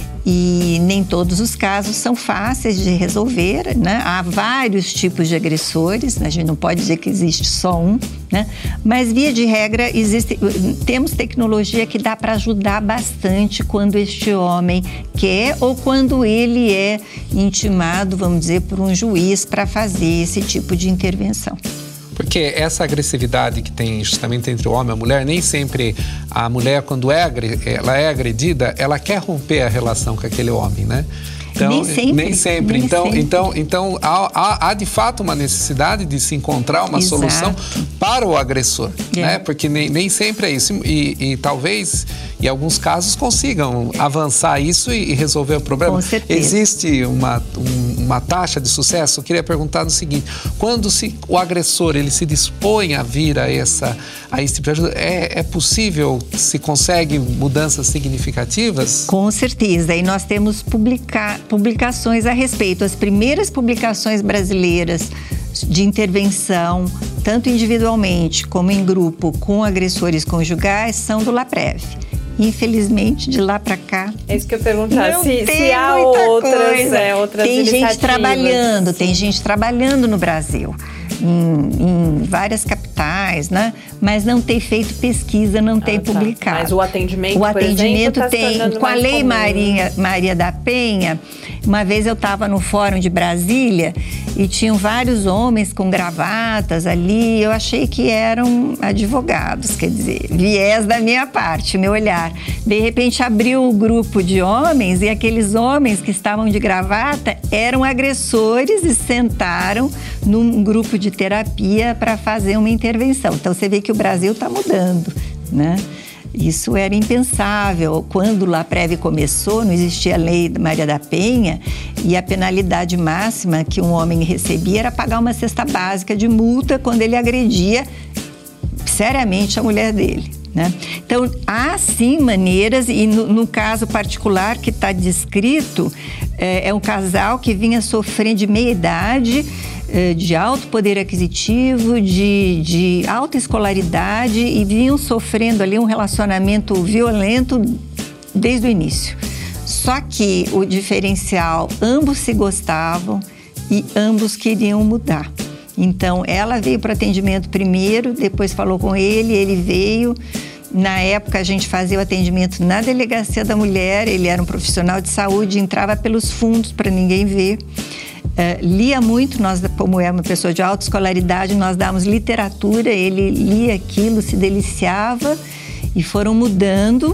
E nem todos os casos são fáceis de resolver, né? Há vários tipos de agressores, né? A gente não pode dizer que existe só um, né? Mas, via de regra, existe, temos tecnologia que dá para ajudar bastante quando este homem quer ou quando ele é intimado, vamos dizer, por um juiz para fazer esse tipo de intervenção. Porque essa agressividade que tem justamente entre o homem e a mulher, nem sempre a mulher, quando é, ela é agredida, ela quer romper a relação com aquele homem, né? Então, nem sempre. Nem sempre. Nem então, sempre. então, então há, há, há de fato uma necessidade de se encontrar uma Exato. solução para o agressor, é. né? Porque nem, nem sempre é isso. E, e talvez, em alguns casos, consigam avançar isso e, e resolver o problema. Com certeza. Existe uma, um, uma taxa de sucesso? Eu queria perguntar no seguinte: quando se, o agressor ele se dispõe a vir a, essa, a esse tipo de ajuda, é, é possível, se consegue mudanças significativas? Com certeza. E nós temos publica, publicações a respeito. As primeiras publicações brasileiras de intervenção, tanto individualmente como em grupo, com agressores conjugais, são do LAPREV. Infelizmente, de lá para cá, é isso que eu ia perguntar, não se, tem se há muita outras, coisa. é, outras tem iniciativas. gente trabalhando, tem gente trabalhando no Brasil, em, em várias capitais, né? Mas não tem feito pesquisa, não ah, tem tá. publicado. Mas o atendimento, o atendimento por exemplo, tem, tá se com a Lei comum. Maria, Maria da Penha. Uma vez eu estava no Fórum de Brasília e tinham vários homens com gravatas ali. Eu achei que eram advogados, quer dizer, viés da minha parte, meu olhar. De repente abriu o grupo de homens e aqueles homens que estavam de gravata eram agressores e sentaram num grupo de terapia para fazer uma intervenção. Então você vê que o Brasil está mudando, né? Isso era impensável. Quando o LAPREV começou, não existia a Lei Maria da Penha e a penalidade máxima que um homem recebia era pagar uma cesta básica de multa quando ele agredia seriamente a mulher dele, né? Então, há sim maneiras, e no, no caso particular que está descrito, é, é um casal que vinha sofrendo de meia-idade, de alto poder aquisitivo, de, de alta escolaridade e vinham sofrendo ali um relacionamento violento desde o início. Só que o diferencial, ambos se gostavam e ambos queriam mudar. Então, ela veio para o atendimento primeiro, depois falou com ele, ele veio. Na época, a gente fazia o atendimento na Delegacia da Mulher, ele era um profissional de saúde, entrava pelos fundos para ninguém ver. Uh, lia muito, nós, como é uma pessoa de alta escolaridade, nós dávamos literatura, ele lia aquilo, se deliciava e foram mudando.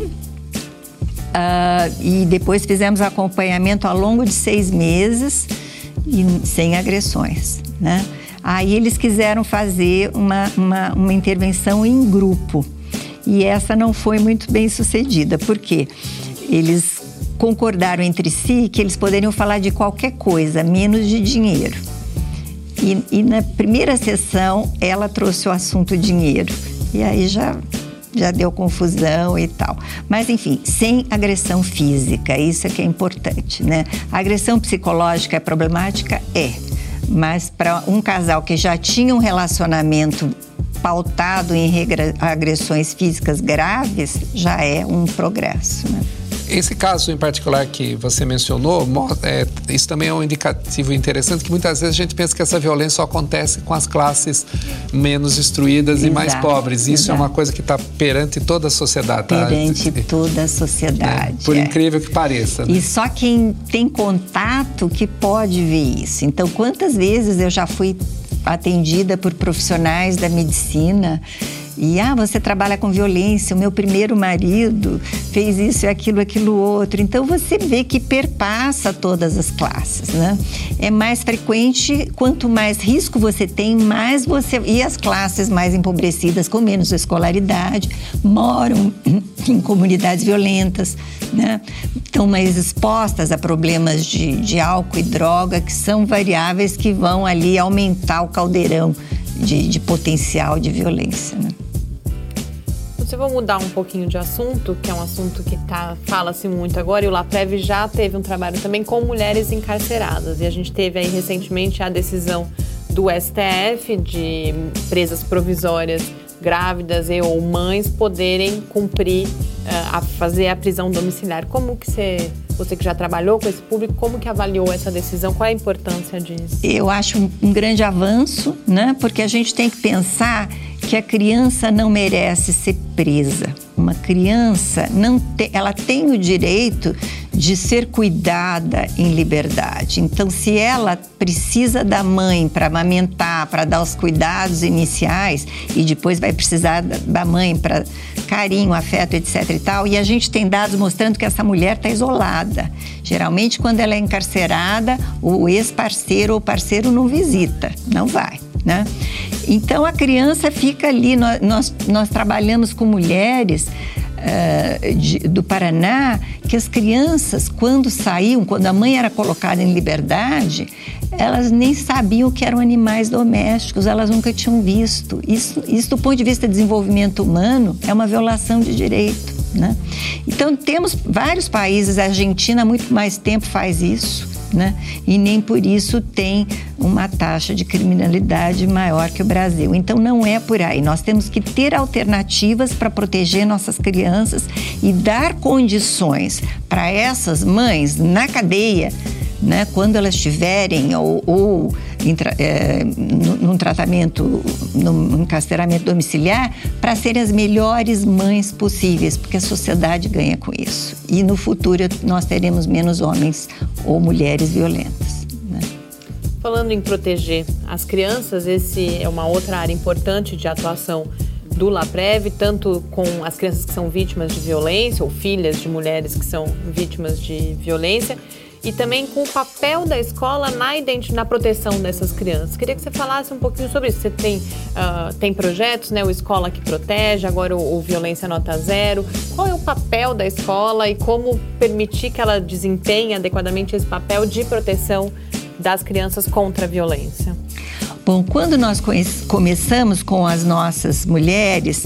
Uh, e depois fizemos acompanhamento ao longo de seis meses e sem agressões, né? Aí eles quiseram fazer uma, uma, uma intervenção em grupo e essa não foi muito bem sucedida, porque eles concordaram entre si que eles poderiam falar de qualquer coisa, menos de dinheiro. E, e na primeira sessão, ela trouxe o assunto dinheiro. E aí já, já deu confusão e tal. Mas, enfim, sem agressão física, isso é que é importante, né? A agressão psicológica é problemática? É. Mas para um casal que já tinha um relacionamento pautado em agressões físicas graves, já é um progresso, né? Esse caso em particular que você mencionou, é, isso também é um indicativo interessante, que muitas vezes a gente pensa que essa violência só acontece com as classes menos instruídas exato, e mais pobres. Isso exato. É uma coisa que está perante toda a sociedade. Perante tá? toda a sociedade. É, por é. incrível que pareça. Né? E só quem tem contato que pode ver isso. Então, quantas vezes eu já fui atendida por profissionais da medicina e, ah, você trabalha com violência, o meu primeiro marido fez isso e aquilo, aquilo outro. Então, você vê que perpassa todas as classes, né? É mais frequente, quanto mais risco você tem, mais você... E as classes mais empobrecidas, com menos escolaridade, moram em comunidades violentas, né? Estão mais expostas a problemas de, de álcool e droga, que são variáveis que vão ali aumentar o caldeirão de, de potencial de violência, né? Se eu vou mudar um pouquinho de assunto, que é um assunto que tá, fala-se muito agora, e o LAPREV já teve um trabalho também com mulheres encarceradas. E a gente teve aí recentemente a decisão do S T F de presas provisórias grávidas e ou mães poderem cumprir, uh, a fazer a prisão domiciliar. Como que você, você que já trabalhou com esse público, como que avaliou essa decisão? Qual é a importância disso? Eu acho um, um grande avanço, né? Porque a gente tem que pensar que a criança não merece ser presa. Uma criança, não te, ela tem o direito de ser cuidada em liberdade. Então, se ela precisa da mãe para amamentar, para dar os cuidados iniciais, e depois vai precisar da mãe para carinho, afeto, etc e tal, e a gente tem dados mostrando que essa mulher está isolada. Geralmente, quando ela é encarcerada, o ex-parceiro ou parceiro não visita, não vai, né? Então, a criança fica ali. Nós, nós, nós trabalhamos com mulheres Uh, de, do Paraná, que as crianças, quando saíam, quando a mãe era colocada em liberdade, elas nem sabiam o que eram animais domésticos, elas nunca tinham visto. Isso, isso do ponto de vista de desenvolvimento humano, é uma violação de direito, né? Então, temos vários países, a Argentina há muito mais tempo faz isso, né? E nem por isso tem uma taxa de criminalidade maior que o Brasil. Então, não é por aí. Nós temos que ter alternativas para proteger nossas crianças e dar condições para essas mães na cadeia, né, quando elas estiverem ou, ou em, é, num tratamento, num encarceramento domiciliar, para serem as melhores mães possíveis, porque a sociedade ganha com isso. E no futuro nós teremos menos homens ou mulheres violentas, né? Falando em proteger as crianças, esse é uma outra área importante de atuação do LAPREV, tanto com as crianças que são vítimas de violência ou filhas de mulheres que são vítimas de violência, e também com o papel da escola na, identi- na proteção dessas crianças. Queria que você falasse um pouquinho sobre isso. Você tem, uh, tem projetos, né? O Escola que Protege, agora o, o Violência Nota Zero. Qual é o papel da escola e como permitir que ela desempenhe adequadamente esse papel de proteção das crianças contra a violência? Bom, quando nós conhe- começamos com as nossas mulheres,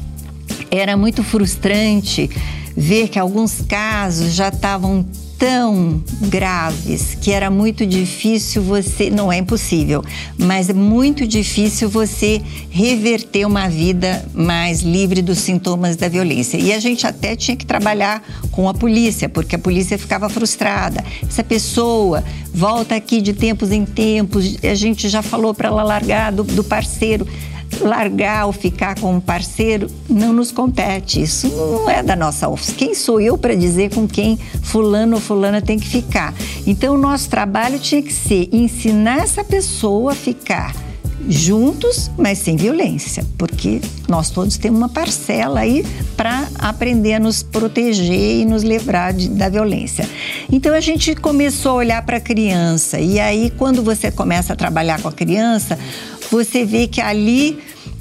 era muito frustrante ver que alguns casos já estavam tão graves que era muito difícil você, não é impossível, mas é muito difícil você reverter uma vida mais livre dos sintomas da violência. E a gente até tinha que trabalhar com a polícia, porque a polícia ficava frustrada. Essa pessoa volta aqui de tempos em tempos, a gente já falou para ela largar do, do parceiro. Largar ou ficar com um parceiro não nos compete, isso não é da nossa office. Quem sou eu para dizer com quem fulano ou fulana tem que ficar? Então o nosso trabalho tinha que ser ensinar essa pessoa a ficar juntos, mas sem violência, porque nós todos temos uma parcela aí para aprender a nos proteger e nos livrar de, da violência. Então a gente começou a olhar para a criança, e aí quando você começa a trabalhar com a criança, você vê que ali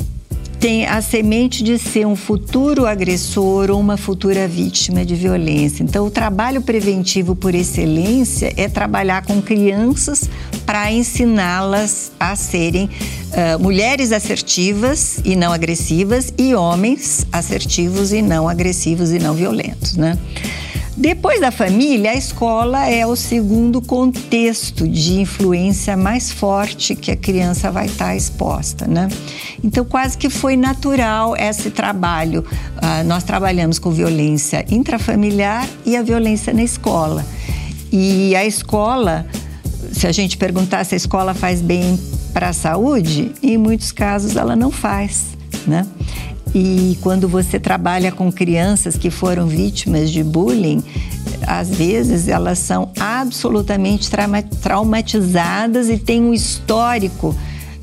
tem a semente de ser um futuro agressor ou uma futura vítima de violência. Então, o trabalho preventivo por excelência é trabalhar com crianças para ensiná-las a serem uh, mulheres assertivas e não agressivas e homens assertivos e não agressivos e não violentos, né? Depois da família, a escola é o segundo contexto de influência mais forte que a criança vai estar exposta, né? Então, quase que foi natural esse trabalho. Uh, nós trabalhamos com violência intrafamiliar e a violência na escola. E a escola, se a gente perguntar se a escola faz bem para a saúde, em muitos casos ela não faz, né? E quando você trabalha com crianças que foram vítimas de bullying, às vezes elas são absolutamente trauma- traumatizadas e têm um histórico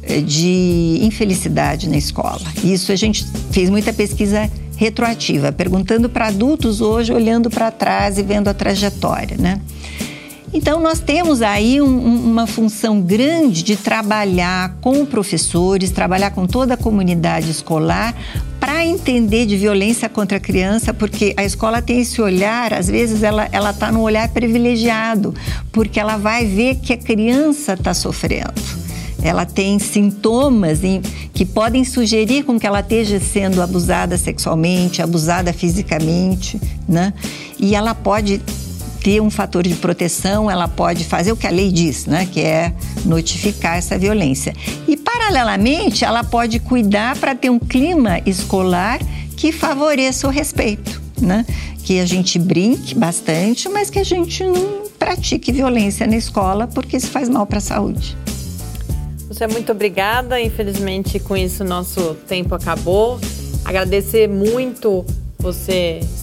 de infelicidade na escola. Isso a gente fez muita pesquisa retroativa, perguntando para adultos hoje, olhando para trás e vendo a trajetória, né? Então, nós temos aí um, uma função grande de trabalhar com professores, trabalhar com toda a comunidade escolar para entender de violência contra a criança, porque a escola tem esse olhar, às vezes ela ela está num olhar privilegiado, porque ela vai ver que a criança está sofrendo. Ela tem sintomas em, que podem sugerir com que ela esteja sendo abusada sexualmente, abusada fisicamente, né? E ela pode ter um fator de proteção, ela pode fazer o que a lei diz, né? Que é notificar essa violência. E, paralelamente, ela pode cuidar para ter um clima escolar que favoreça o respeito, né? Que a gente brinque bastante, mas que a gente não pratique violência na escola, porque isso faz mal para a saúde. Você, muito obrigada. Infelizmente, com isso, nosso tempo acabou. Agradecer muito você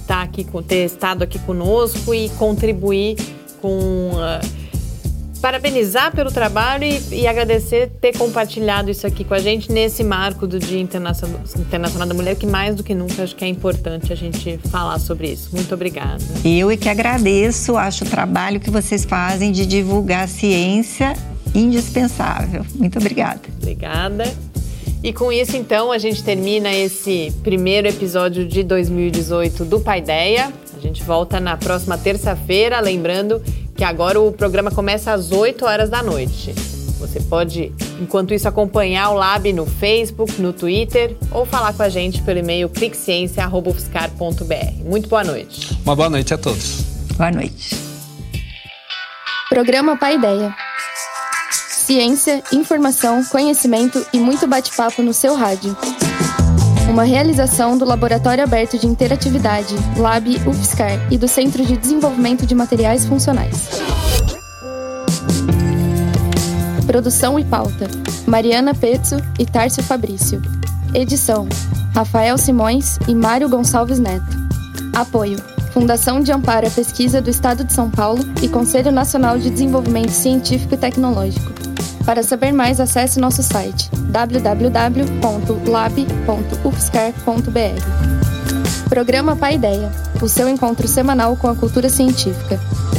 estar aqui, ter estado aqui conosco e contribuir com... Uh, parabenizar pelo trabalho e, e agradecer ter compartilhado isso aqui com a gente nesse marco do Dia Internacional, Internacional da Mulher, que mais do que nunca acho que é importante a gente falar sobre isso. Muito obrigada. Eu é que agradeço, acho o trabalho que vocês fazem de divulgar a ciência indispensável. Muito obrigada. Obrigada. E com isso, então, a gente termina esse primeiro episódio de dois mil e dezoito do Paideia. A gente volta na próxima terça-feira, lembrando que agora o programa começa às oito horas da noite. Você pode, enquanto isso, acompanhar o Lab no Facebook, no Twitter ou falar com a gente pelo e-mail cliqueciência arroba u f s c a r ponto b r. Muito boa noite. Uma boa noite a todos. Boa noite. Programa Paideia. Ciência, informação, conhecimento e muito bate-papo no seu rádio. Uma realização do Laboratório Aberto de Interatividade, Lab U F S C A R, e do Centro de Desenvolvimento de Materiais Funcionais. Produção e pauta: Mariana Pezzo e Tárcio Fabrício. Edição: Rafael Simões e Mário Gonçalves Neto. Apoio: Fundação de Amparo à Pesquisa do Estado de São Paulo e Conselho Nacional de Desenvolvimento Científico e Tecnológico. Para saber mais, acesse nosso site w w w ponto lab ponto u f s c a r ponto b r. Programa Paideia, o seu encontro semanal com a cultura científica.